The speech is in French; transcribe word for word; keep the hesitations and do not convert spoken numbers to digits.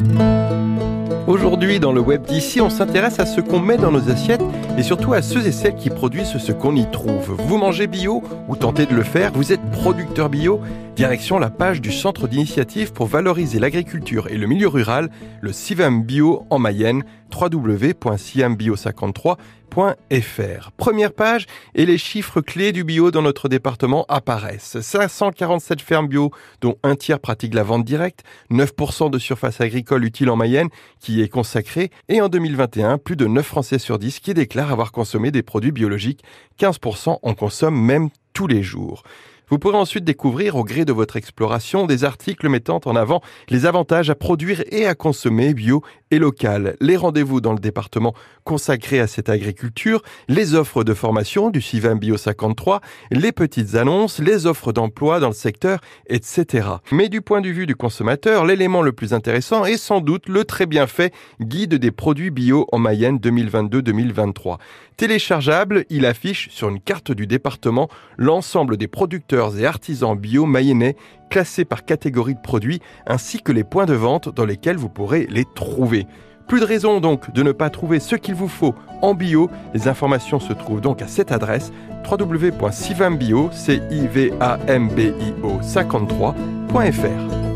Aujourd'hui, dans le web d'ici, on s'intéresse à ce qu'on met dans nos assiettes et surtout à ceux et celles qui produisent ce qu'on y trouve. Vous mangez bio ou tentez de le faire, vous êtes producteur bio? Direction la page du Centre d'initiative pour valoriser l'agriculture et le milieu rural, le CIVAM Bio en Mayenne, w w w point ciam bio cinquante-trois point f r. Première page, et les chiffres clés du bio dans notre département apparaissent. cinq cent quarante-sept fermes bio, dont un tiers pratiquent la vente directe, neuf pour cent de surface agricole utile en Mayenne qui est consacrée, et en deux mille vingt et un, plus de neuf Français sur dix qui déclarent avoir consommé des produits biologiques. quinze pour cent en consomment même tous les jours. Vous pourrez ensuite découvrir, au gré de votre exploration, des articles mettant en avant les avantages à produire et à consommer bio et local, les rendez-vous dans le département consacrés à cette agriculture, les offres de formation du CIVAM Bio cinquante-trois, les petites annonces, les offres d'emploi dans le secteur, et cetera. Mais du point de vue du consommateur, l'élément le plus intéressant est sans doute le très bien fait Guide des produits bio en Mayenne deux mille vingt-deux deux mille vingt-trois. Téléchargeable, il affiche sur une carte du département l'ensemble des producteurs et artisans bio mayennais classés par catégorie de produits ainsi que les points de vente dans lesquels vous pourrez les trouver. Plus de raison donc de ne pas trouver ce qu'il vous faut en bio. Les informations se trouvent donc à cette adresse w w w point civambio cinquante-trois point f r.